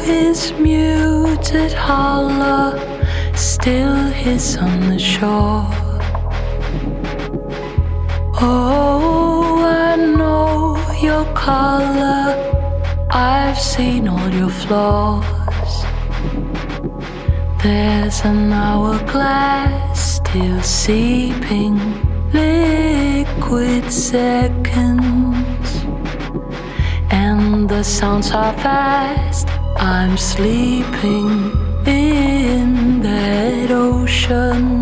his muted holler still hiss on the shore. Oh, I know your color, I've seen all your flaws. There's an hourglass still seeping liquid seconds, and the sounds are fast. I'm sleeping in that ocean.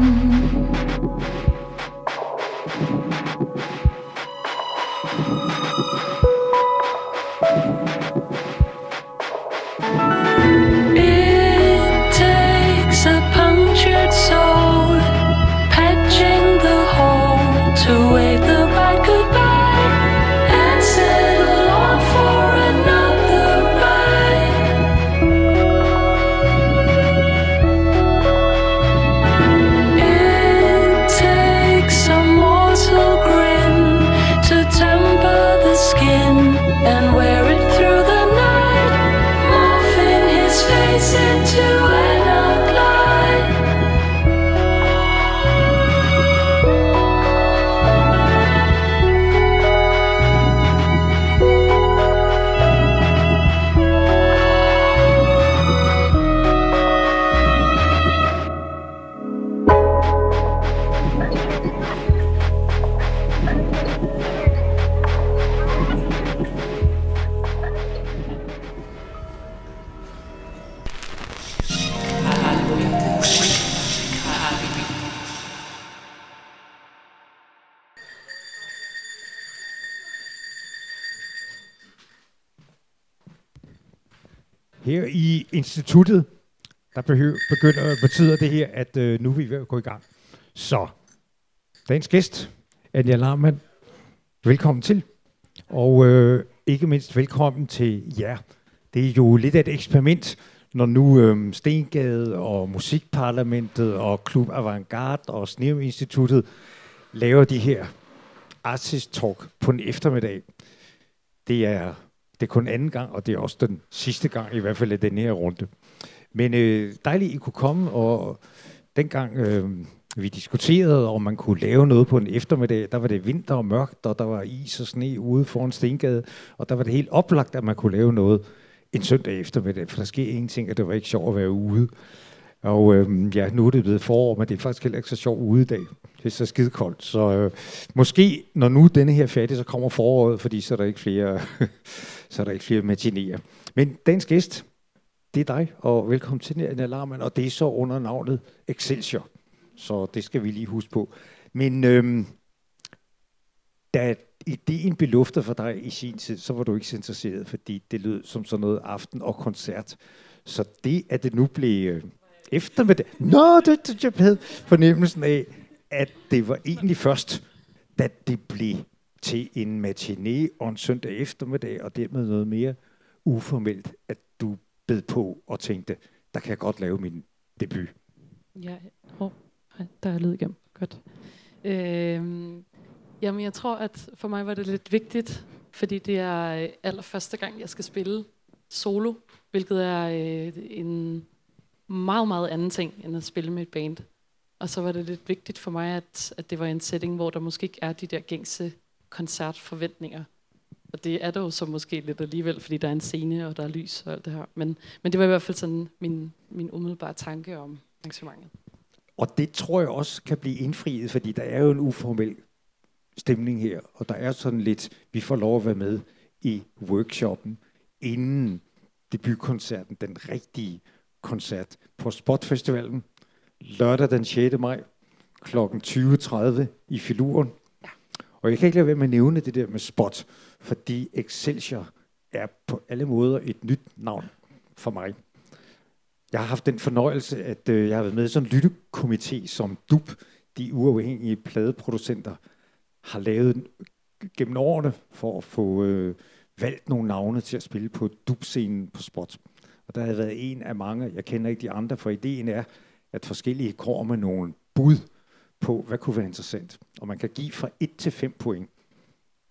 Her i instituttet, der betyder det her, at nu er vi ved at gå i gang. Så, dagens gæst, Anja Larmann, velkommen til. Og ikke mindst velkommen til jer. Det er jo lidt af et eksperiment, når nu Stengade og Musikparlamentet og Klub Avantgarde og Sneum Instituttet laver de her artist talk på en eftermiddag. Det er kun anden gang, og det er også den sidste gang, i hvert fald i den her runde. Men dejligt, I kunne komme, og dengang vi diskuterede, om man kunne lave noget på en eftermiddag, der var det vinter og mørkt, og der var is og sne ude foran Stengade, og der var det helt oplagt, at man kunne lave noget en søndag eftermiddag, for der sker ingenting, og det var ikke sjovt at være ude. Og ja, nu er det blevet forår, men det er faktisk heller ikke så sjovt ude i dag. Det er så skide koldt, så måske, når nu denne her er færdig, så kommer foråret, fordi så er der ikke flere, så er der ikke flere matineer. Men dagens gæst, det er dig, og velkommen til Anja Larmann, og det er så under navnet Excelsior, så det skal vi lige huske på. Men da ideen blev luftet for dig i sin tid, så var du ikke så interesseret, fordi det lød som sådan noget aften og koncert. Så det, at det nu blev eftermiddag, jeg havde fornemmelsen af, at det var egentlig først, da det blev til en matiné og en søndag eftermiddag, og dermed noget mere uformelt, at du bed på og tænkte, der kan jeg godt lave min debut. Ja, der er lyd igennem. Godt. Jamen, jeg tror, at for mig var det lidt vigtigt, fordi det er allerførste gang, jeg skal spille solo, hvilket er en meget, meget anden ting, end at spille med et band. Og så var det lidt vigtigt for mig, at det var en setting, hvor der måske ikke er de der gængse koncertforventninger. Og det er der jo så måske lidt alligevel, fordi der er en scene, og der er lys og alt det her. Men det var i hvert fald sådan min umiddelbare tanke om arrangementet. Og det tror jeg også kan blive indfriet, fordi der er jo en uformel stemning her, og der er sådan lidt, vi får lov at være med i workshoppen, inden debutkoncerten, den rigtige koncert på Spotfestivalen, lørdag den 6. maj, kl. 20.30 i Filuren. Ja. Og jeg kan ikke lade være med at nævne det der med Spot, fordi Excelsior er på alle måder et nyt navn for mig. Jeg har haft den fornøjelse, at jeg har været med i sådan en lyttekomité, som DUB, de uafhængige pladeproducenter, har lavet gennem årene for at få valgt nogle navne til at spille på DUB-scenen på Spot. Og der har været en af mange, jeg kender ikke de andre, for ideen er, at forskellige kommer med nogle bud på, hvad kunne være interessant. Og man kan give fra 1 til 5 point.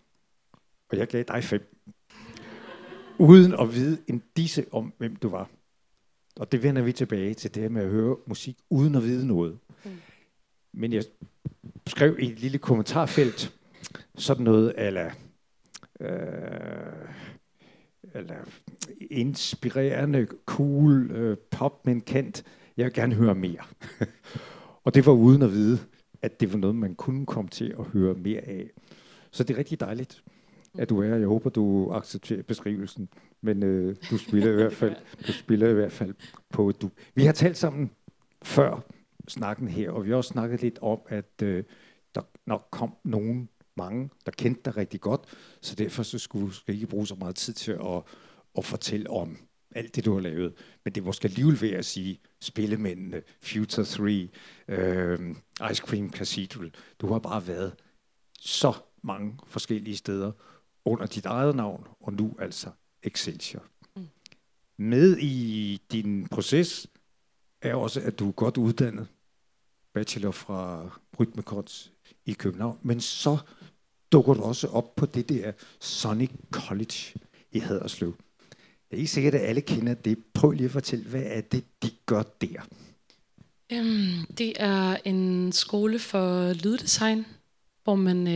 Og jeg gav dig 5. Uden at vide en disse om, hvem du var. Og det vender vi tilbage til, det her med at høre musik uden at vide noget. Men jeg skrev i et lille kommentarfelt sådan noget eller inspirerende, cool pop, men kendt. Jeg vil gerne høre mere. Og det var uden at vide, at det var noget, man kunne komme til at høre mere af. Så det er rigtig dejligt, at du er her. Jeg håber, du accepterer beskrivelsen. Men du spiller i hvert fald på du. Vi har talt sammen før snakken her, og vi har også snakket lidt om, at der nok kom mange, der kendte dig rigtig godt, så derfor så skulle du ikke bruge så meget tid til at fortælle om alt det, du har lavet. Men det er måske alligevel ved at sige Spillemændene, Future 3, Ice Cream Cathedral. Du har bare været så mange forskellige steder under dit eget navn, og nu altså Excelsior. Med i din proces er også, at du er godt uddannet, bachelor fra Rytmekunst i København, men så dukker du også op på det der Sonic College i Haderslev. Det er ikke sikkert, at alle kender det. Prøv lige at fortælle, hvad er det, de gør der? Det er en skole for lyddesign, hvor man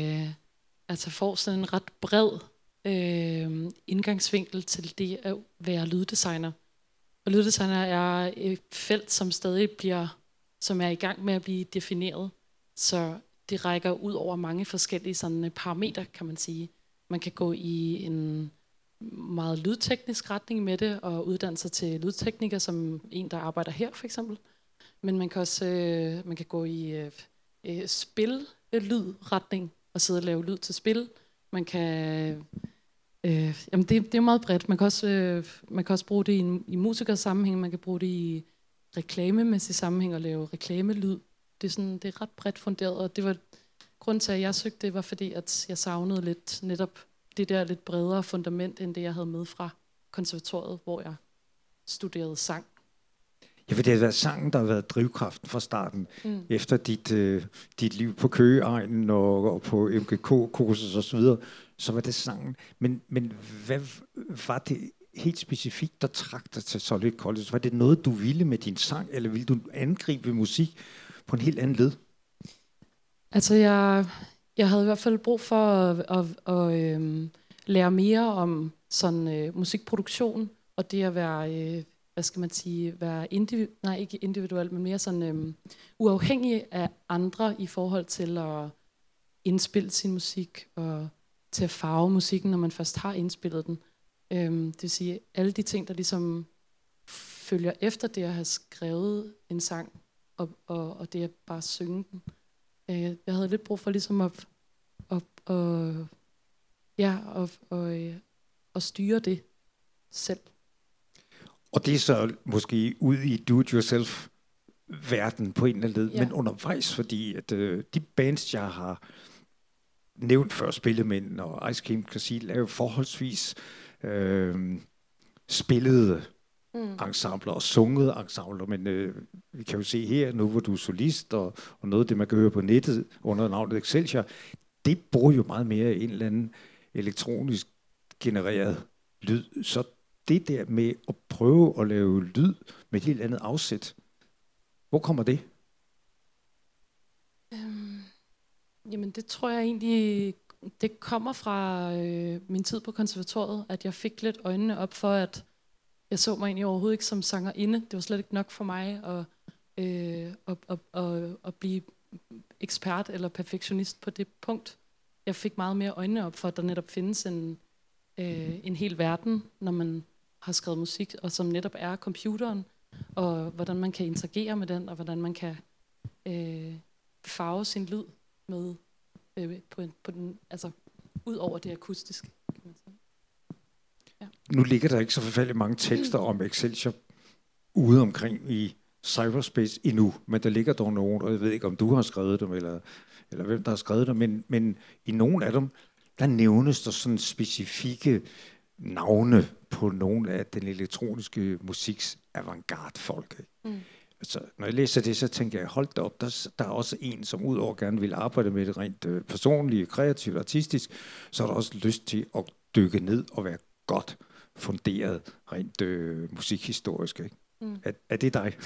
får sådan en ret bred indgangsvinkel til det at være lyddesigner. Og lyddesigner er et felt, som stadig som er i gang med at blive defineret. Så det rækker ud over mange forskellige sådan parametre, kan man sige. Man kan gå i en meget lydteknisk retning med det, og uddanne sig til lydtekniker, som en, der arbejder her for eksempel. Men man kan også man kan gå i spil-lydretning, og sidde og lave lyd til spil. Man kan... det er meget bredt. Man kan også bruge det i musikersammenhæng, man kan bruge det i reklamemæssig sammenhæng og lave reklamelyd. Det er ret bredt funderet, og det var grunden til, at jeg søgte det, var fordi, at jeg savnede lidt netop det der lidt bredere fundament, end det, jeg havde med fra konservatoriet, hvor jeg studerede sang. Ja, for det har været sangen, der har været drivkraften fra starten, efter dit liv på Køgeegnen og på MGK-kursus og så videre, så var det sangen. Men hvad var det helt specifikt, der trak dig til Solid College? Var det noget, du ville med din sang, eller ville du angribe musik på en helt anden led? Altså, jeg havde i hvert fald brug for at lære mere om sådan musikproduktion, og det at være, være ikke individuel, men mere sådan uafhængig af andre i forhold til at indspille sin musik, og til at farve musikken, når man først har indspillet den. Det vil sige, alle de ting, der ligesom følger efter det at have skrevet en sang, og det at bare synge den. Jeg havde lidt brug for ligesom at styre det selv. Og det er så måske ud i do-it-yourself-verden på en eller anden led, men undervejs, fordi at de bands, jeg har nævnt før, Spillemænd og Ice Cream Cathedral, er jo forholdsvis spillede ensembler og sungede ensembler, men vi kan jo se her, nu hvor du er solist, og noget af det, man kan høre på nettet under navnet Excelsior, det bruger jo meget mere en eller anden elektronisk genereret lyd. Så det der med at prøve at lave lyd med et helt andet afsæt, hvor kommer det? Jamen det tror jeg egentlig, det kommer fra min tid på konservatoriet, at jeg fik lidt øjnene op for, at jeg så mig egentlig overhovedet ikke som sangerinde. Det var slet ikke nok for mig at blive ekspert eller perfektionist på det punkt. Jeg fik meget mere øjnene op for, at der netop findes en hel verden, når man har skrevet musik, og som netop er computeren, og hvordan man kan interagere med den, og hvordan man kan farve sin lyd med på den, altså ud over det akustiske, kan man sige. Ja. Nu ligger der ikke så forfærdeligt mange tekster om Excelsior ude omkring i cyberspace endnu, men der ligger dog nogen, og jeg ved ikke, om du har skrevet dem, eller hvem der har skrevet dem, men i nogle af dem, der nævnes der sådan specifikke navne på nogle af den elektroniske musiks avantgarde-folk. Altså, når jeg læser det, så tænker jeg, hold da op, der er også en, som udover gerne vil arbejde med det rent personligt, kreativt, artistisk, så er der også lyst til at dykke ned og være godt funderet rent musikhistorisk. Ikke? Er det dig?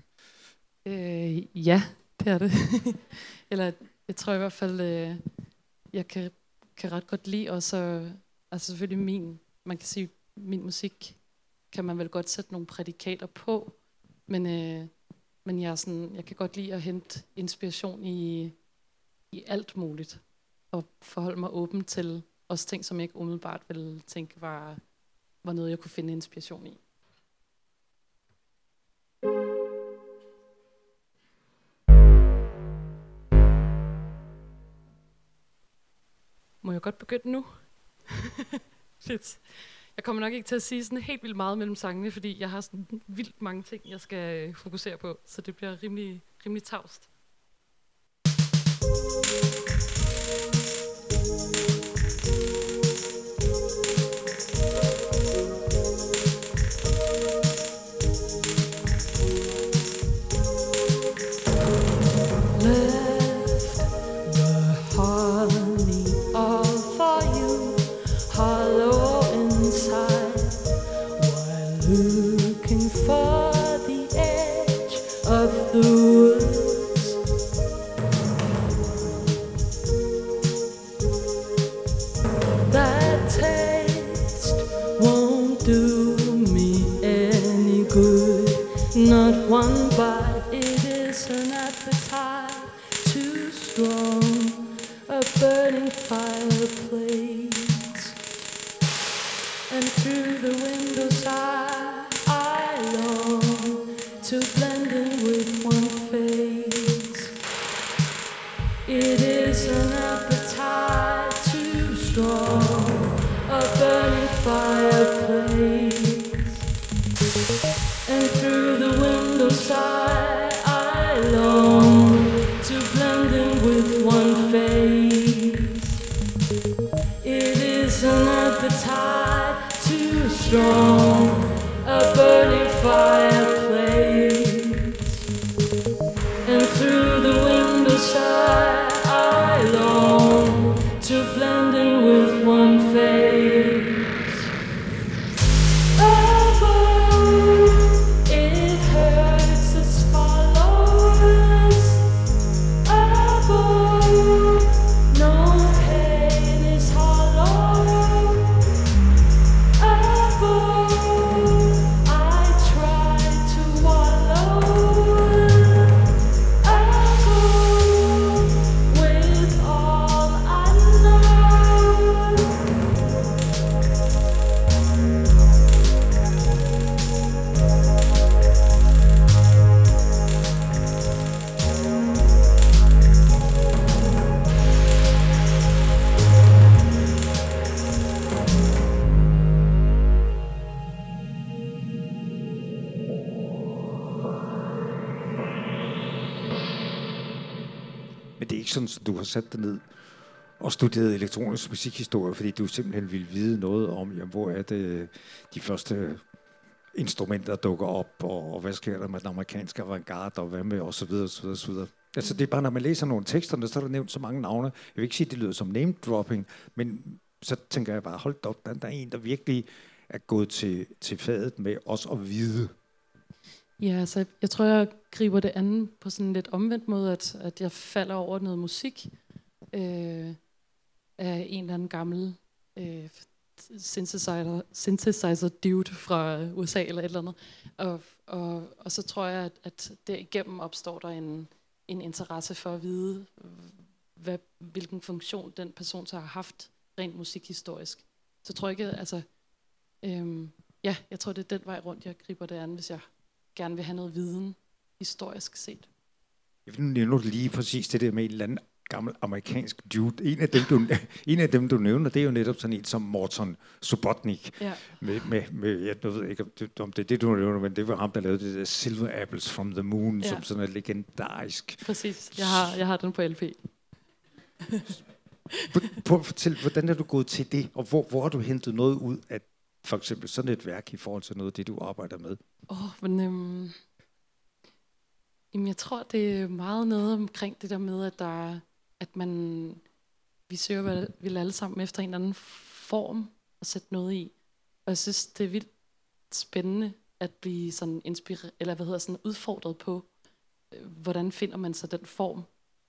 Ja, det er det. Eller jeg tror i hvert fald, jeg kan ret godt lide også, altså selvfølgelig man kan sige, min musik kan man vel godt sætte nogle prædikater på, men jeg kan godt lide at hente inspiration i alt muligt, og forholde mig åben til også ting, som jeg ikke umiddelbart ville tænke var noget, jeg kunne finde inspiration i. Må jeg godt begynde nu? Fedt. Jeg kommer nok ikke til at sige sådan helt vildt meget mellem sangene, fordi jeg har sådan vildt mange ting, jeg skal fokusere på, så det bliver rimelig tavst. Looking for the edge of the woods. That taste won't do me any good. Not one bite, it is an appetite too strong. A burning fireplace. And through the windows I long to blend in with one face. It is an appetite too strong, a burning fireplace. And through the windows I long to blend in with one face. It is an appetite too strong, a burning fireplace. And through the windows I long to blend in with one face. Oh, it hurts its followers. Oh, no pain is hollow. I try to wallow with all I know. Men det er ikke sådan, at du har sat dig ned og studeret elektronisk musikhistorie, fordi du simpelthen ville vide noget om, jamen, hvor er det de første instrumenter dukker op, og hvad sker der med den amerikanske avantgarde, og hvad med, og så videre, så videre, så videre. Altså, det er bare, når man læser nogle tekster, så er der nævnt så mange navne. Jeg vil ikke sige, at det lyder som name-dropping, men så tænker jeg bare, hold op, der er en, der virkelig er gået til fadet med os at vide. Ja, altså jeg tror, jeg griber det an på sådan en lidt omvendt måde, at jeg falder over noget musik af en eller anden gammel synthesizer dude fra USA eller et eller andet. Og så tror jeg, at derigennem opstår der en interesse for at vide, hvilken funktion den person så har haft rent musikhistorisk. Så tror jeg ikke, altså jeg tror, det er den vej rundt, jeg griber det an, hvis jeg gerne vil have noget viden, historisk set. Jeg vil nævne lige præcis det der med en eller anden gammel amerikansk dude. En af dem, du nævner, det er jo netop sådan en som Morton Subotnick. Ja. Med jeg ved ikke, om det er det, du nævner, men det var ham, der lavede det der Silver Apples from the Moon, ja, som sådan en legendarisk. Præcis, jeg har den på LP. Fortæl, hvordan er du gået til det, og hvor har du hentet noget ud af for eksempel sådan et værk i forhold til noget af det, du arbejder med? Jamen, jeg tror, det er meget noget omkring det der med, at vi søger vel alle sammen efter en eller anden form at sætte noget i. Og jeg synes, det er vildt spændende at blive sådan udfordret på, hvordan finder man så den form.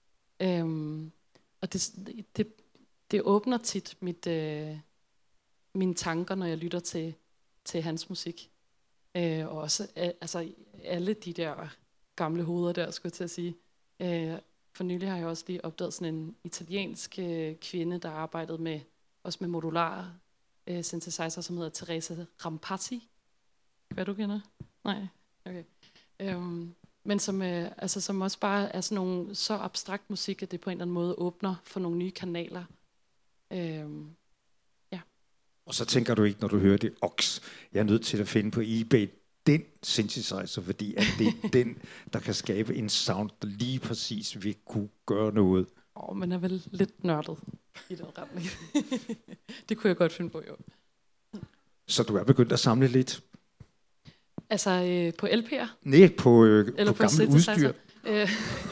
Og det åbner tit mine tanker, når jeg lytter til hans musik. Og også alle de der gamle hoveder der, skulle jeg til at sige. For nylig har jeg også lige opdaget sådan en italiensk kvinde, der arbejdede med modulare synthesizer, som hedder Teresa Rampati. Hvad du kender? Nej? Okay. Men som også bare er sådan nogle så abstrakt musik, at det på en eller anden måde åbner for nogle nye kanaler. Ja. Og så tænker du ikke, når du hører det, oks, jeg er nødt til at finde på eBay den synthesizer, fordi at det er den, der kan skabe en sound, der lige præcis vil kunne gøre noget. Men er vel lidt nørdet i den retning. Det kunne jeg godt finde på, jo. Så du er begyndt at samle lidt? Altså på LP'er? Nej, på gammel synthesizer. udstyr.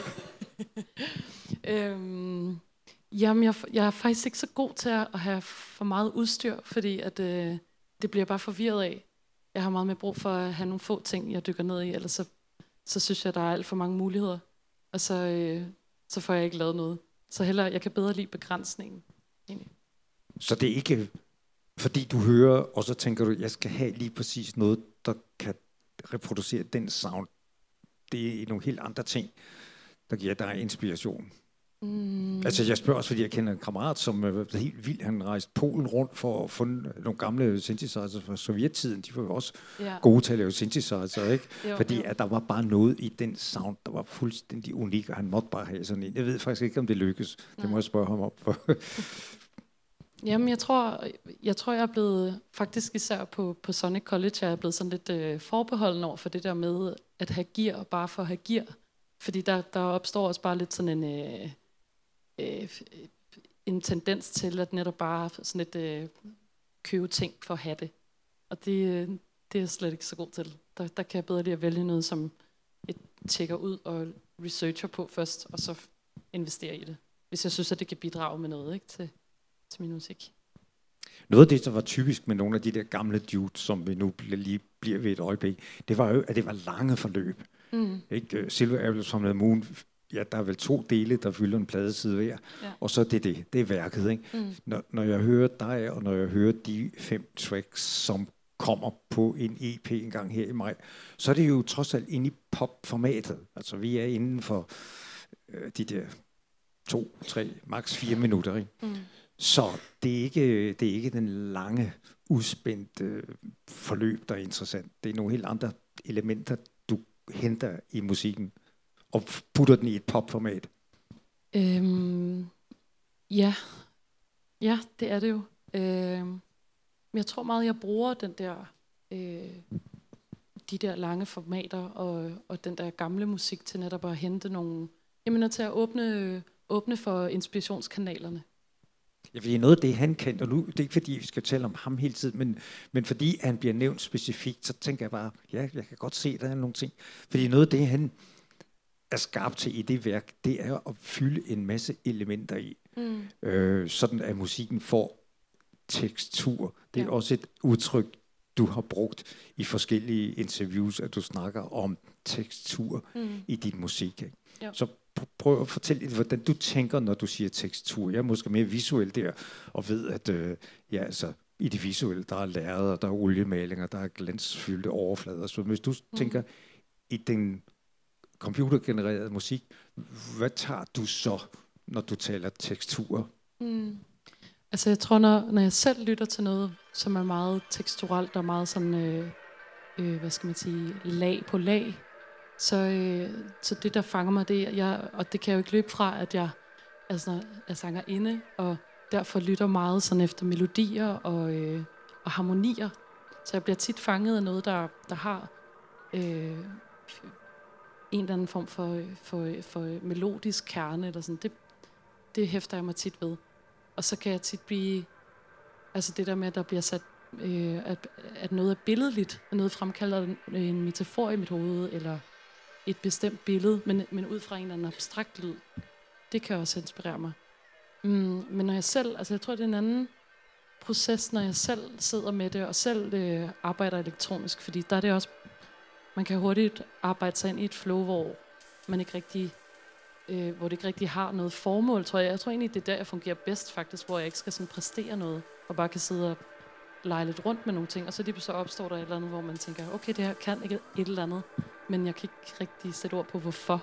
Jamen, jeg er faktisk ikke så god til at have for meget udstyr, fordi at, det bliver bare forvirret af. Jeg har meget mere brug for at have nogle få ting, jeg dykker ned i, ellers så synes jeg, der er alt for mange muligheder. Og så får jeg ikke lavet noget. Så jeg kan bedre lide begrænsningen. Egentlig. Så det er ikke, fordi du hører, og så tænker du, jeg skal have lige præcis noget, der kan reproducere den sound. Det er nogle helt andre ting, der giver dig inspiration. Altså jeg spørger også, fordi jeg kender en kammerat, som er helt vild. Han rejste Polen rundt for at finde nogle gamle synthesizer fra sovjettiden. De var jo også gode til at lave synthesizer, ikke? Fordi at der var bare noget i den sound, der var fuldstændig unik, og han måtte bare have sådan en. Jeg ved faktisk ikke, om det lykkes. Det må jeg spørge ham op for. Jamen, jeg tror, jeg er blevet, faktisk især på Sonic College, jeg er blevet sådan lidt forbeholden over for det der med at have gear, bare for at have gear. Fordi der opstår også bare lidt sådan en tendens til at netop bare sådan lidt købe ting for at have det. Og det er jeg slet ikke så god til. Der kan jeg bedre lige at vælge noget, som jeg tjekker ud og researcher på først, og så investere i det. Hvis jeg synes, at det kan bidrage med noget, ikke, til min musik. Noget af det, der var typisk med nogle af de der gamle dudes, som vi nu lige bliver ved et øjeblik, det var jo, at det var lange forløb. Ikke? Silver Apples from the Moon, ja, der er vel 2 dele, der fylder en pladeside hver, og så det er værket. Ikke? Når jeg hører dig, og når jeg hører de 5 tracks, som kommer på en EP en gang her i maj, så er det jo trods alt inde i popformatet. Altså vi er inden for de der 2, 3, maks 4 minutter. Ikke? Så det er ikke den lange, udspændte forløb, der er interessant. Det er nogle helt andre elementer, du henter i musikken og putter den i et popformat. Ja, det er det jo. Men jeg tror meget, jeg bruger den der, de der lange formater og den der gamle musik til netop at hente nogle, til at åbne for inspirationskanalerne. Ja, fordi noget af det, han kan, og nu det er ikke fordi, vi skal tale om ham hele tiden, men fordi han bliver nævnt specifikt, så tænker jeg bare, ja, jeg kan godt se, der er nogle ting. Fordi noget af det, han er skarp til i det værk, det er at fylde en masse elementer i. Sådan at musikken får tekstur. Det er også et udtryk, du har brugt i forskellige interviews, at du snakker om tekstur i din musik. Ikke? Så prøv at fortælle lidt, hvordan du tænker, når du siger tekstur. Jeg er måske mere visuel der, og ved, at i det visuelle, der er lærreder, der er oliemalinger, der er glansfyldte overflader. Så hvis du tænker i den computergenererede musik, hvad tager du så, når du taler tekstur? Altså jeg tror, når jeg selv lytter til noget, som er meget teksturelt og meget sådan, lag på lag, så det, der fanger mig, og det kan jeg jo ikke løbe fra, at jeg er sangerinde, og derfor lytter meget sådan efter melodier og harmonier. Så jeg bliver tit fanget af noget, der har en eller anden form for melodisk kerne, eller sådan. Det hæfter jeg mig tit ved. Og så kan jeg tit blive, altså det der med, at der bliver sat, at noget er billedligt, og noget fremkalder en metafor i mit hoved, eller et bestemt billede, men ud fra en eller anden abstrakt lyd. Det kan også inspirere mig. Men når jeg selv, altså jeg tror, det er en anden proces, når jeg selv sidder med det, og selv arbejder elektronisk, fordi der er det også man kan hurtigt arbejde sig ind i et flow, hvor man ikke rigtig, hvor det ikke rigtig har noget formål, tror jeg. Jeg tror egentlig, det er der, jeg fungerer bedst faktisk, hvor jeg ikke skal sådan præstere noget, og bare kan sidde og lege lidt rundt med nogle ting, og så opstår der et eller andet, hvor man tænker, okay, det her kan ikke et eller andet, men jeg kan ikke rigtig sætte ord på, hvorfor.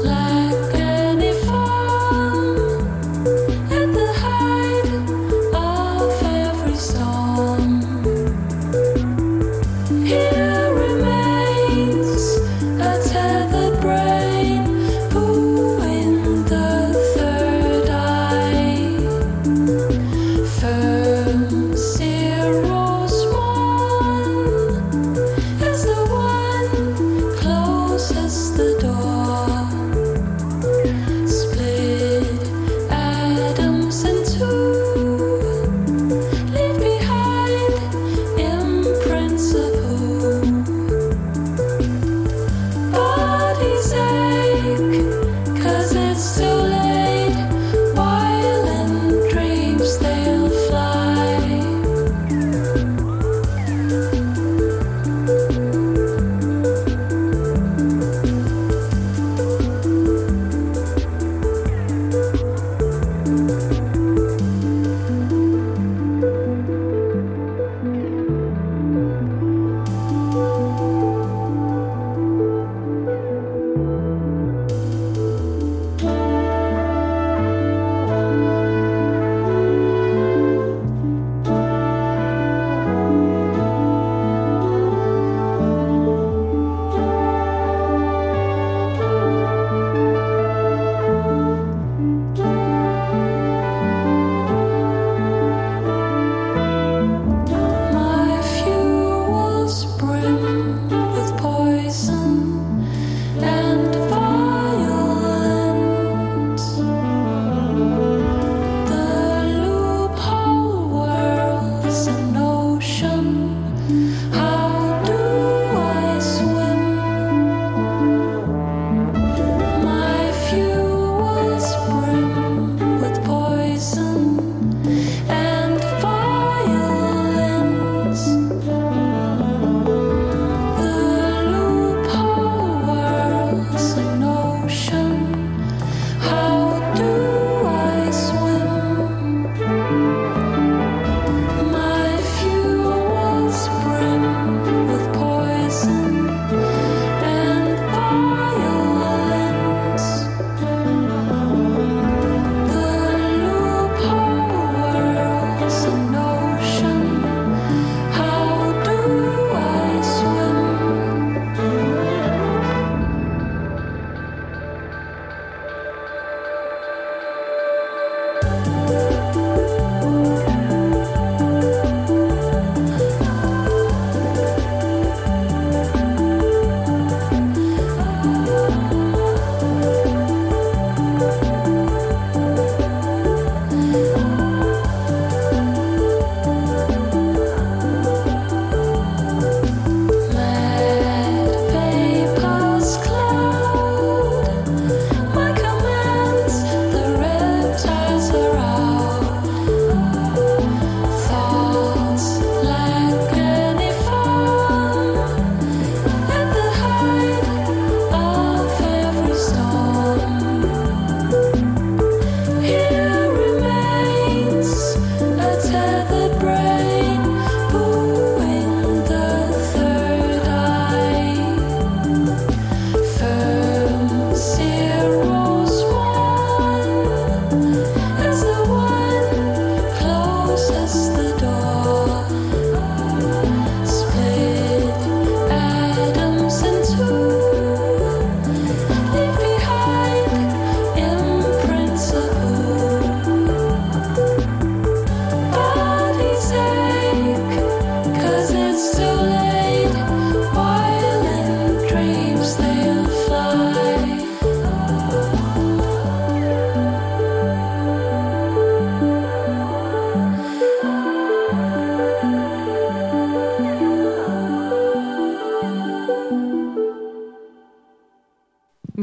At the height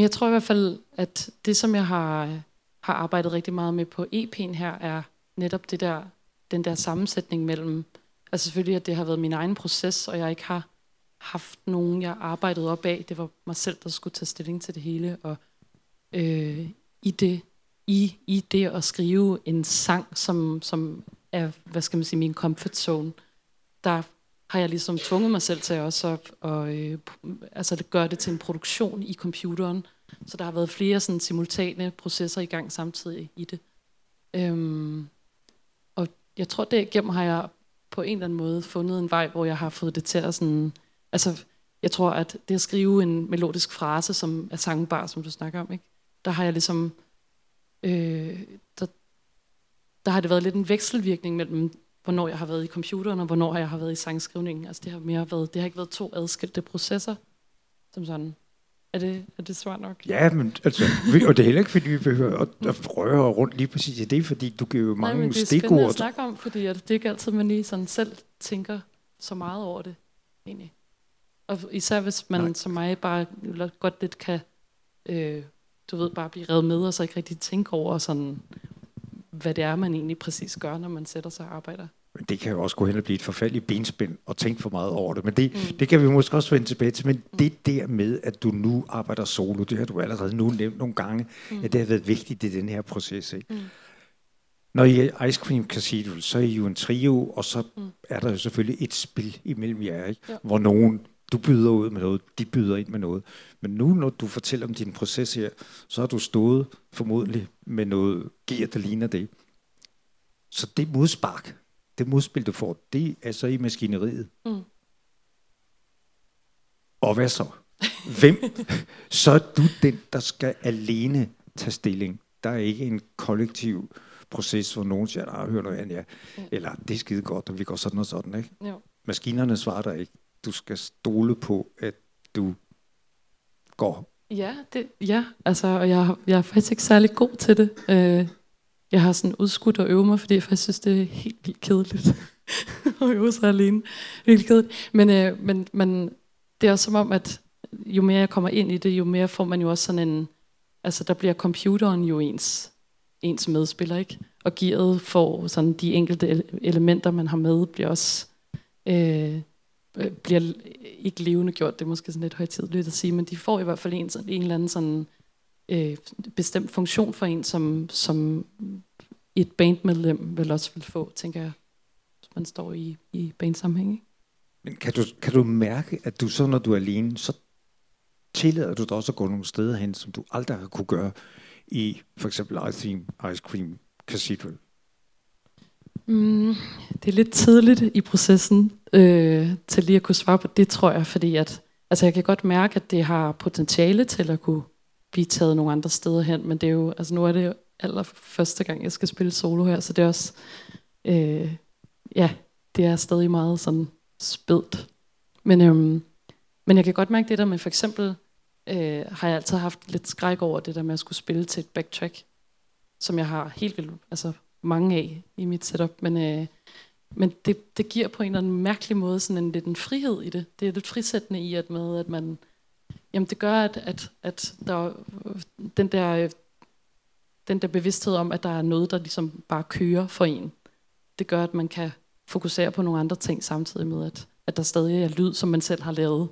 jeg tror i hvert fald, at det, som jeg har arbejdet rigtig meget med på EP'en her, er netop den der sammensætning mellem, altså selvfølgelig, at det har været min egen proces, og jeg ikke har haft nogen, jeg arbejdede op af. Det var mig selv, der skulle tage stilling til det hele, og i det at skrive en sang, som er, hvad skal man sige, min comfort zone, der har jeg ligesom tvunget mig selv til også at gøre det til en produktion i computeren. Så der har været flere sådan simultane processer i gang samtidig i det. Og jeg tror, derigennem har jeg på en eller anden måde fundet en vej, hvor jeg har fået det til at sådan... Altså, jeg tror, at det at skrive en melodisk frase, som er sangbar, som du snakker om, ikke? Der har jeg ligesom... Der har det været lidt en vekselvirkning mellem, hvornår jeg har været i computeren, og hvornår jeg har været i sangskrivningen. Altså, det har ikke været 2 adskilte processer, som sådan. Er det svar nok? Ja, men altså, og det er heller ikke, fordi vi behøver at røre rundt lige præcis i det, fordi du giver jo mange stikord. Nej, men det er spændende at snakke om, fordi det er ikke altid, man lige sådan selv tænker så meget over det, egentlig. Og især hvis man som mig bare godt lidt kan, bare blive revet med, og så ikke rigtig tænke over sådan, hvad det er, man egentlig præcis gør, når man sætter sig og arbejder. Men det kan jo også gå hen og blive et forfærdeligt benspænd og tænke for meget over det. Men det kan vi måske også vende tilbage til. Men det der med, at du nu arbejder solo, det har du allerede nu nævnt nogle gange, at det har været vigtigt i den her proces. Ikke? Når I er Ice Cream Cathedral, så er I jo en trio, og så er der jo selvfølgelig et spil imellem jer, ikke? Ja. Hvor du byder ud med noget, de byder ind med noget. Men nu, når du fortæller om din proces her, så har du stået formodentlig med noget gear, der ligner det. Så det modspark, det modspil, du får, det er så i maskineriet. Og hvad så? Hvem? Så er du den, der skal alene tage stilling. Der er ikke en kollektiv proces, hvor nogen siger, hør noget andet, eller det er skide godt, og vi går sådan og sådan, ikke? Jo. Maskinerne svarer dig ikke. Du skal stole på, at du går. Og jeg er faktisk ikke særlig god til det. Jeg har sådan udskudt at øve mig, fordi jeg faktisk synes, det er helt vildt kedeligt at øve sig alene. Helt kedeligt. Men det er også som om, at jo mere jeg kommer ind i det, jo mere får man jo også sådan en... Altså, der bliver computeren jo ens medspiller, ikke? Og gearet får sådan de enkelte elementer, man har med, bliver også... bliver ikke levende gjort, det er måske sådan lidt højtideligt at sige, men de får i hvert fald en eller anden sådan bestemt funktion for en, som et bandmedlem vel også vil få, tænker jeg, hvis man står i bandsammenhæng. Ikke? Men kan du mærke, at du så, når du er alene, så tillader du dig også at gå nogle steder hen, som du aldrig har kunne gøre i for eksempel Ice Cream Cathedral? Det er lidt tidligt i processen til lige at kunne svare på det, tror jeg, fordi at altså jeg kan godt mærke, at det har potentiale til at kunne blive taget nogle andre steder hen, men det er jo, altså nu er det jo allerførste gang, jeg skal spille solo her, så det er også, det er stadig meget sådan spædt. Men jeg kan godt mærke det der med, for eksempel har jeg altid haft lidt skræk over det der med at skulle spille til et backtrack, som jeg har helt vildt, altså mange af i mit setup, men det giver på en eller anden mærkelig måde sådan lidt en frihed i det. Det er lidt frisættende i at man, jamen det gør, at der den der bevidsthed om, at der er noget, der ligesom bare kører for en. Det gør, at man kan fokusere på nogle andre ting samtidig med, at der stadig er lyd, som man selv har lavet.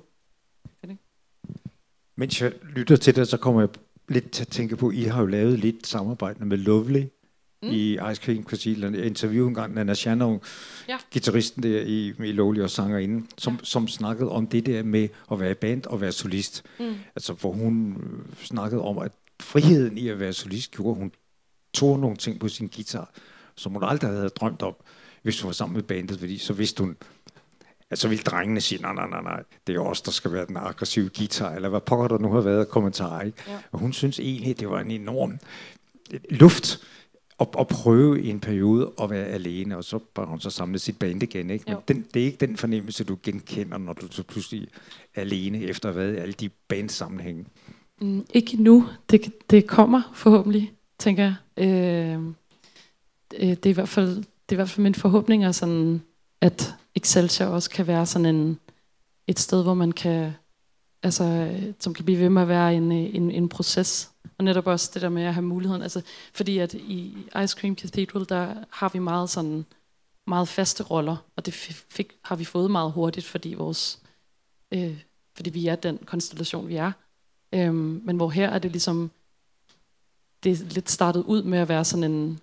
Mens jeg lytter til det, så kommer jeg lidt til at tænke på, I har jo lavet lidt samarbejde med Lovely i Ice Cream Cathedral. Jeg interviewede engang Nana Shannon, guitaristen der i Lovely og sangerinde, som snakkede om det der med at være band og være solist. Altså, hvor hun snakkede om, at friheden i at være solist gjorde, hun tog nogle ting på sin guitar, som hun aldrig havde drømt om, hvis hun var sammen med bandet, fordi så vidste hun, at så ville drengene sige, nej, det er os, der skal være den aggressive guitar, eller hvad pokker der nu har været kommentarer, ikke? Ja. Og hun synes egentlig, det var en enorm luft at prøve i en periode at være alene, og så bare hun så samlet sit band igen, ikke? Men det er ikke den fornemmelse, du genkender, når du så pludselig er alene, efter at have været i alle de bandsammenhænge. Ikke nu. Det kommer forhåbentlig, tænker jeg. Det er i hvert fald min forhåbning, er sådan, at Excelsior også kan være sådan et sted, hvor man kan som kan blive ved med at være en proces. Og netop også det der med at have muligheden. Altså, fordi at i Ice Cream Cathedral, der har vi meget faste roller, og det har vi fået meget hurtigt, fordi fordi vi er den konstellation, vi er. Men hvor her er det ligesom, det er lidt startet ud med at være sådan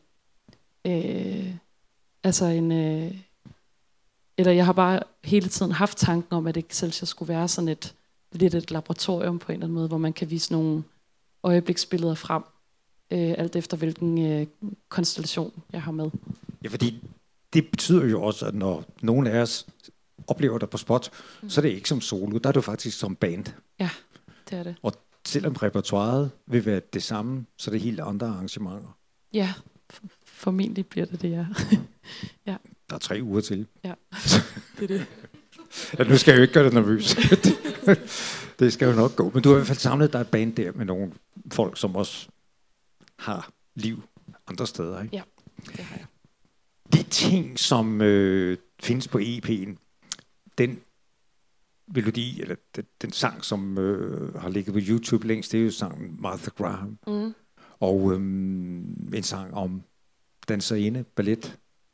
eller jeg har bare hele tiden haft tanken om, at Excelsior skulle være sådan lidt et laboratorium på en eller anden måde, hvor man kan vise nogle øjebliksbilleder frem, alt efter hvilken konstellation jeg har med. Ja, fordi det betyder jo også, at når nogen af os oplever dig på spot, så er det ikke som solo, der er det faktisk som band. Ja, det er det. Og selvom repertoiret vil være det samme, så er det helt andre arrangementer. Ja, formentlig bliver det, ja. Ja. Der er 3 uger til. Ja, det er det. Ja, nu skal jeg jo ikke gøre det nervøs. Det skal jo nok gå. Men du har i hvert fald samlet dig et band der med nogle folk, som også har liv andre steder, ikke? Ja, det har jeg. De ting, som findes på EP'en, den melodi, eller den sang, som har ligget på YouTube længst, det er jo sangen Martha Graham. Mm. Og en sang om danserinde, ballet.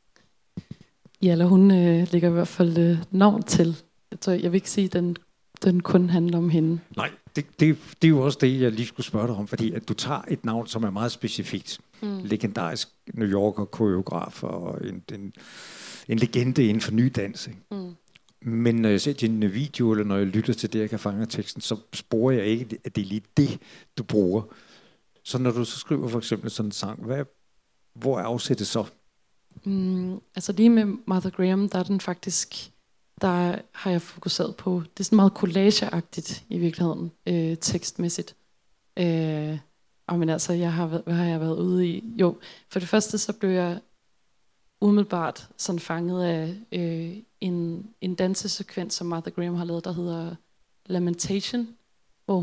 Ja, eller hun lægger i hvert fald navn til. Jeg vil ikke sige, at den kun handler om hende. Nej, det er jo også det, jeg lige skulle spørge dig om, fordi at du tager et navn, som er meget specifikt. Legendarisk New Yorker koreograf og en legende inden for ny dans. Men når jeg ser din video, eller når jeg lytter til det, jeg kan fange af teksten, så sporer jeg ikke, at det er lige det, du bruger. Så når du så skriver for eksempel sådan en sang, hvor er afsættet så? Altså lige med Martha Graham, der er den faktisk, der har jeg fokuseret på, det er sådan meget collageagtigt i virkeligheden, tekstmæssigt. Men altså, hvad har jeg været ude i? Jo, for det første så blev jeg umiddelbart sådan fanget af en dansesekvens, som Martha Graham har lavet, der hedder Lamentation, hvor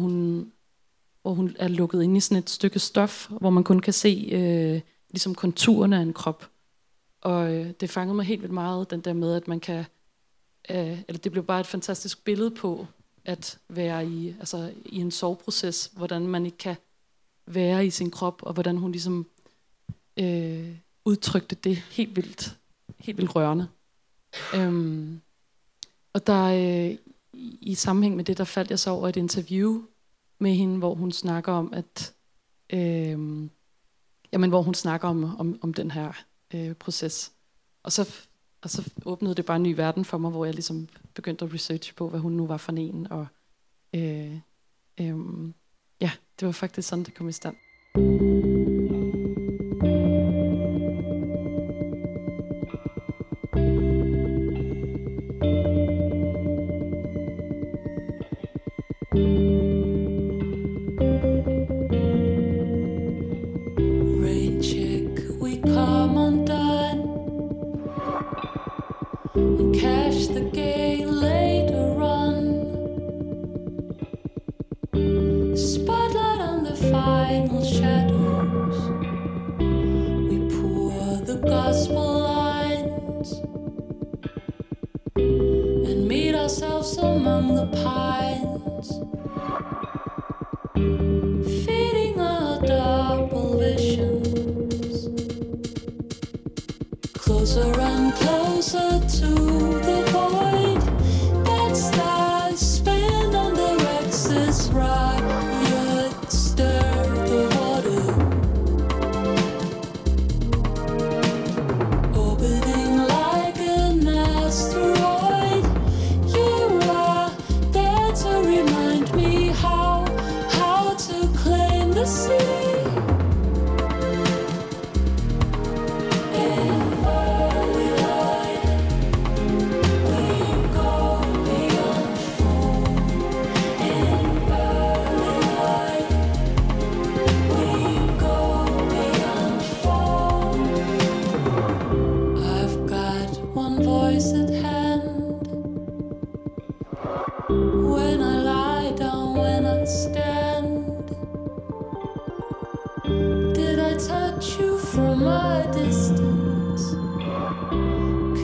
hun er lukket ind i sådan et stykke stof, hvor man kun kan se ligesom konturerne af en krop. Og det fangede mig helt vildt meget, den der med, at man kan, eller det blev bare et fantastisk billede på, at være i en soveproces, hvordan man ikke kan være i sin krop, og hvordan hun ligesom udtrykte det helt vildt rørende. Og der i sammenhæng med det, der faldt jeg så over et interview med hende, hvor hun snakker om, at hvor hun snakker om den her proces. Og så åbnede det bare en ny verden for mig, hvor jeg ligesom begyndte at researche på, hvad hun nu var for en. Og det var faktisk sådan, det kom i stand.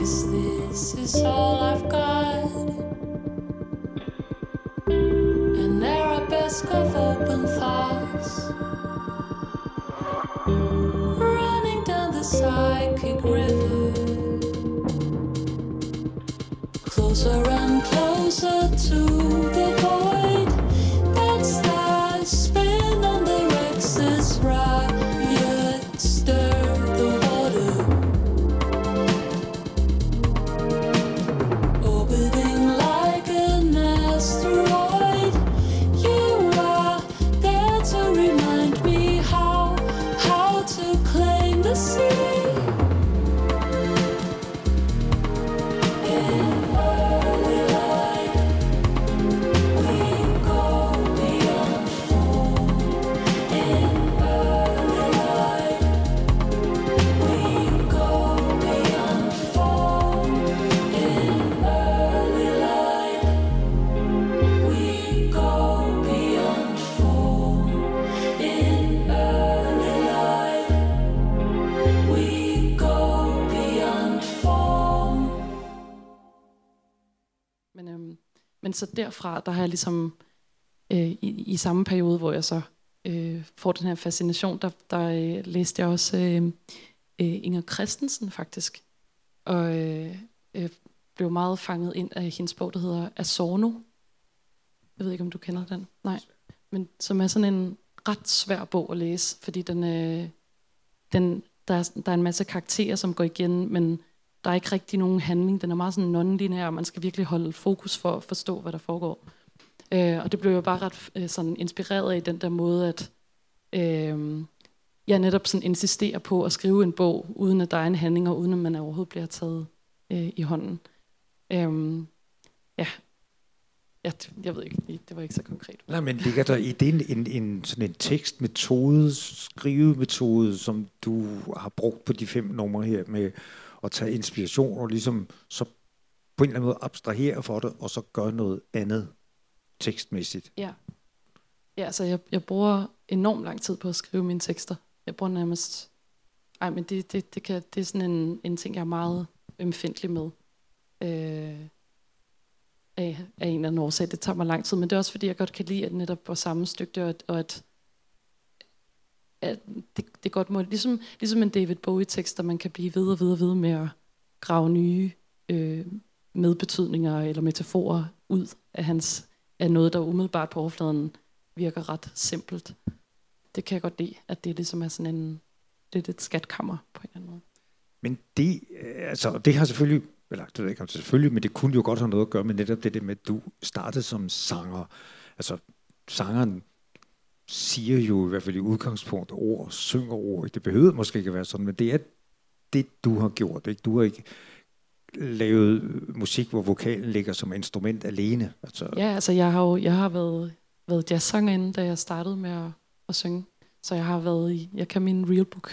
And of open thoughts running down the psychic river, closer and closer to the void that stars spin on the Rex's riot, stir the water, orbiting like an asteroid. You are there to remind me how to claim the sea. Men så derfra, der har jeg ligesom i samme periode, hvor jeg så får den her fascination, der læste jeg også Inger Christensen faktisk, og blev meget fanget ind af hendes bog, der hedder Adorno. Jeg ved ikke, om du kender den? Nej. Men som er sådan en ret svær bog at læse, fordi der er en masse karakterer, som går igen, men der er ikke rigtig nogen handling. Den er meget sådan non-lineær, og man skal virkelig holde fokus for at forstå, hvad der foregår. Og det blev jo bare ret sådan inspireret af i den der måde, at jeg netop sådan insisterer på at skrive en bog, uden at der er en handling, og uden at man overhovedet bliver taget i hånden. Jeg ved ikke, det var ikke så konkret. Nej, men ligger der i det en sådan en tekstmetode, skrivemetode, som du har brugt på de 5 numre her med at tage inspiration og ligesom så på en eller anden måde abstrahere for det, og så gøre noget andet tekstmæssigt? Ja, så jeg bruger enormt lang tid på at skrive mine tekster. Jeg bruger nærmest... men det er sådan en ting, jeg er meget ømfindtlig med. Af en eller anden årsag. Det tager mig lang tid, men det er også fordi, jeg godt kan lide at netop at sammenstykke det, og at det godt må, ligesom en David Bowie-tekst, der man kan blive ved med at grave nye medbetydninger eller metaforer ud af noget, der umiddelbart på overfladen virker ret simpelt. Det kan jeg godt lide, at det ligesom er sådan et skatkammer på en eller anden måde. Men det har selvfølgelig, eller det ved jeg ikke om det selvfølgelig, men det kunne jo godt have noget at gøre med netop det med, at du startede som sanger. Altså sangeren siger jo i hvert fald i udgangspunkt ord, synger ord. Det behøver måske ikke at være sådan, men det er det, du har gjort. Ikke? Du har ikke lavet musik, hvor vokalen ligger som instrument alene. Ja, altså jeg har været jazzsangerinde, da jeg startede med at synge. Så jeg har jeg kan min real book.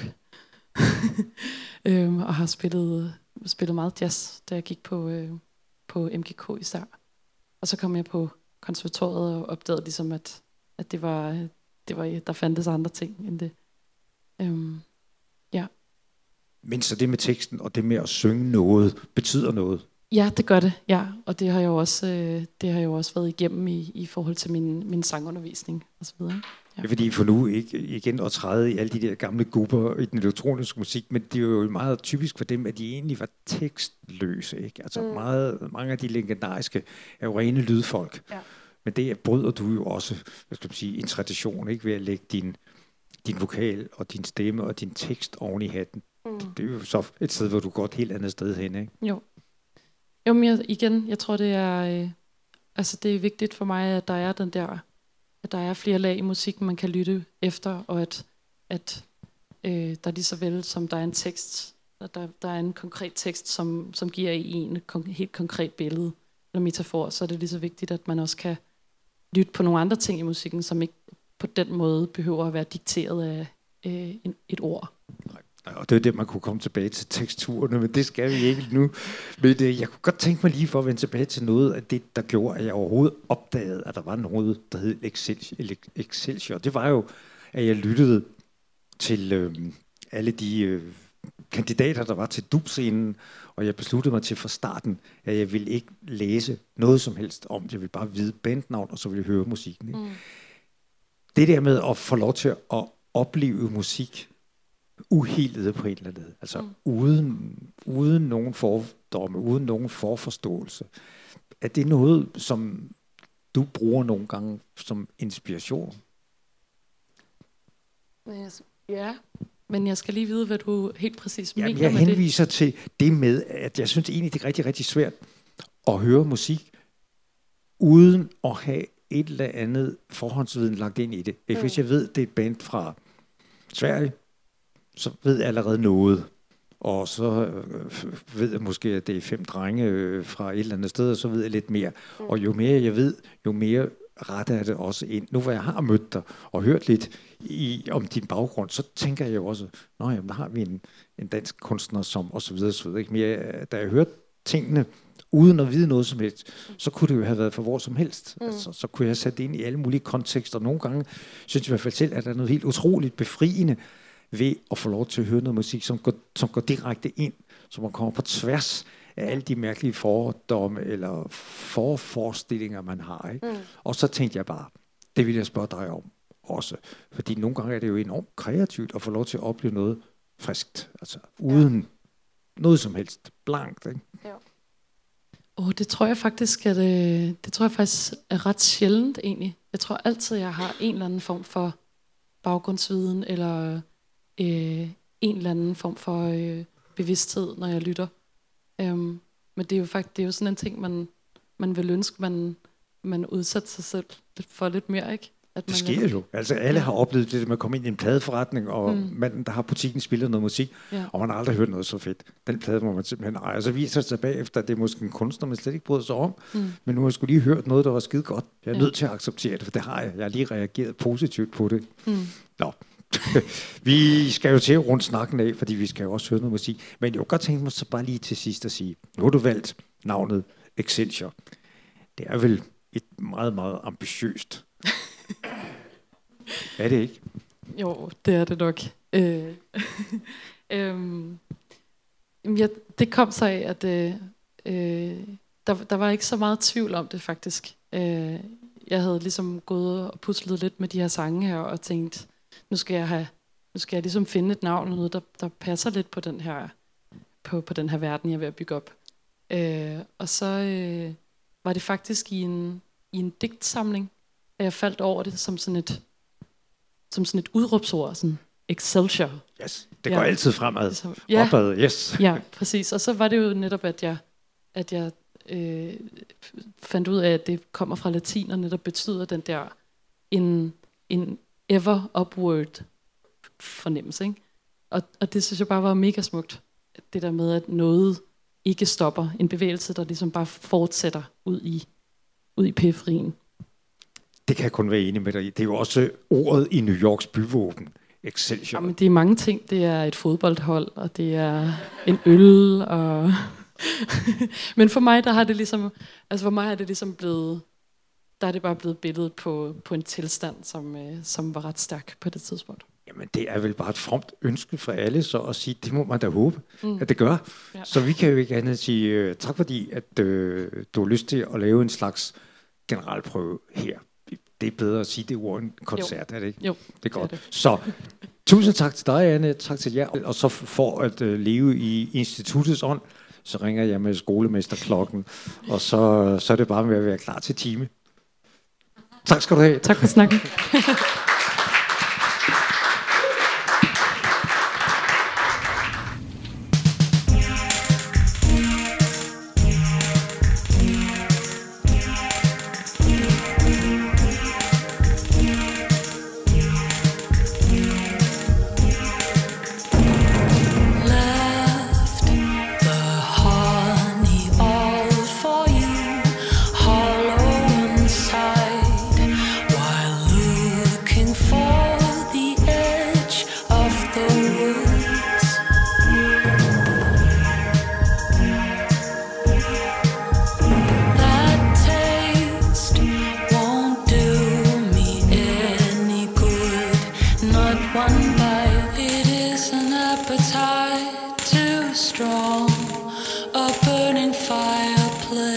Og har spillet meget jazz, da jeg gik på MGK især. Og så kom jeg på konservatoriet og opdagede ligesom, at det var der fandtes andre ting end det. Ja. Men så det med teksten og det med at synge noget betyder noget? Ja, det gør det. Ja, og det har jeg jo også været igennem i forhold til min sangundervisning og så videre. Ja. Det er fordi for nu ikke igen at træde i alle de der gamle grupper i den elektroniske musik, men det er jo meget typisk for dem, at de egentlig var tekstløse, ikke? Altså mange af de legendariske er jo rene lydfolk. Ja. Men det bryder du jo også, en tradition, ikke, ved at lægge din vokal og din stemme og din tekst oven i hatten. Det er jo så et sted, hvor du går et helt andet sted hen, ikke? Jo. Jo, men jeg tror, det er det er vigtigt for mig, at der er at der er flere lag i musikken, man kan lytte efter, og at der lige så vel som der er en tekst, at der er en konkret tekst, som giver en helt konkret billede eller metafor, så er det lige så vigtigt, at man også kan lytte på nogle andre ting i musikken, som ikke på den måde behøver at være dikteret af et ord. Og det er det, man kunne komme tilbage til teksturerne, men det skal vi ikke nu. Men jeg kunne godt tænke mig lige for at vende tilbage til noget af det, der gjorde, at jeg overhovedet opdagede, at der var noget, der hed Excelsior. Det var jo, at jeg lyttede til alle de kandidater, der var til dub-scenen, og jeg besluttede mig til fra starten, at jeg ville ikke læse noget som helst om det. Jeg ville bare vide bandnavn, og så ville jeg høre musikken. Ikke? det der med at få lov til at opleve musik uhildet på en eller anden måde, altså uden nogen fordomme, uden nogen forforståelse, er det noget, som du bruger nogle gange som inspiration? Ja, men jeg skal lige vide, hvad du helt præcis mener med det. Jeg henviser til det med, at jeg synes egentlig, det er rigtig, rigtig svært at høre musik, uden at have et eller andet forhåndsviden lagt ind i det. Hvis jeg ved, det er et band fra Sverige, så ved jeg allerede noget. Og så ved jeg måske, at det er 5 drenge fra et eller andet sted, og så ved jeg lidt mere. Og jo mere jeg ved, jo mere retter jeg det også ind. Nu hvor jeg har mødt dig og hørt lidt om din baggrund, så tænker jeg jo også, der har vi en dansk kunstner som, og så videre, så videre. Ikke mere, da jeg hørte tingene, uden at vide noget som helst, så kunne det jo have været for hvor som helst. Altså, så kunne jeg sætte det ind i alle mulige kontekster. Nogle gange synes jeg i hvert fald selv, at der er noget helt utroligt befriende ved at få lov til at høre noget musik, som går direkte ind, så man kommer på tværs af alle de mærkelige fordomme eller forforestillinger, man har. Ikke? Og så tænkte jeg bare, det vil jeg spørge dig om også. Fordi nogle gange er det jo enormt kreativt at få lov til at opleve noget friskt, altså uden noget som helst, blankt. Ikke? Ja. Det tror jeg faktisk, er ret sjældent egentlig. Jeg tror altid, jeg har en eller anden form for baggrundsviden, eller en eller anden form for bevidsthed, når jeg lytter. Men det er jo sådan en ting, man vil ønske, man udsætter sig selv for lidt mere, ikke? Det sker jo. Altså alle har oplevet det med at komme ind i en pladeforretning, og manden, der har butikken, spiller noget musik, og man har aldrig hørt noget så fedt. Den plade må man simpelthen eje. Og så viser det sig bagefter, at det er måske en kunstner, man slet ikke bryder sig om. Men nu har jeg sgu lige hørt noget, der var skide godt. Jeg er nødt til at acceptere det, for det har jeg. Jeg har lige reageret positivt på det. Nå. Vi skal jo til at runde snakken af, fordi vi skal jo også høre noget musik. Men jeg kunne godt tænke mig så bare lige til sidst at sige, nu har du valgt navnet Excelsior. Det er vel et meget, meget ambitiøst. Er det ikke? Jo, det er det nok. Det kom så af, at der var ikke så meget tvivl om det faktisk. Jeg havde ligesom gået og puslet lidt med de her sange her, og tænkt, nu skal jeg ligesom finde et navn, noget der passer lidt på den her på den her verden, jeg er ved at bygge op. Og så var det faktisk i en digtsamling, at jeg faldt over det som sådan et udråbsord, sådan Excelsior. Yes, det går altid fremad. Opad, yes. Ja, præcis. Og så var det jo netop, at jeg fandt ud af, at det kommer fra latin, og netop betyder den der en ever upward fornemmelse, ikke? Og det synes jeg bare var mega smukt. Det der med, at noget ikke stopper. En bevægelse, der ligesom bare fortsætter ud i periferien. Det kan jeg kun være enig med dig i. Det er jo også ordet i New Yorks byvåben. Excelsior. Jamen, det er mange ting. Det er et fodboldhold, og det er en øl, og men for mig, der har det ligesom blevet, der er det bare blevet billedet på en tilstand, som var ret stærk på det tidspunkt. Jamen, det er vel bare et fromt ønske for alle, så at sige, det må man da håbe, at det gør. Ja. Så vi kan jo ikke andet sige tak, fordi at du har lyst til at lave en slags generalprøve her. Det er bedre at sige det ord en koncert, er det ikke? Jo, det er godt. Det. Så tusind tak til dig, Anne, tak til jer. Og så for at leve i instituttets ånd, så ringer jeg med skolemesterklokken, og så er det bare med at være klar til time. Tak skal du have. Tak for snakken.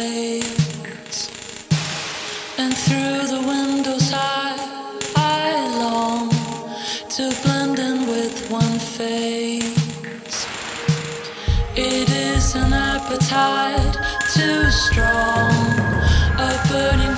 And through the windows I It is an appetite too strong, a burning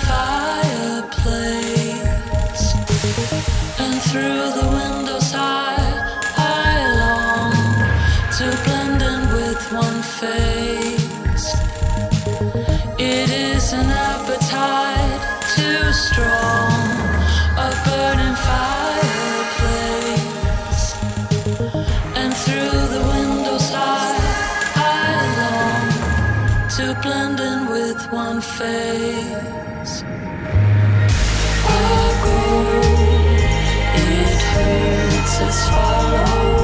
fireplace, and through the windows I long to blend in with one face. It is an appetite too strong, a burning fireplace, and through the windows I long to blend in with one face. Oh, it hurts us follow.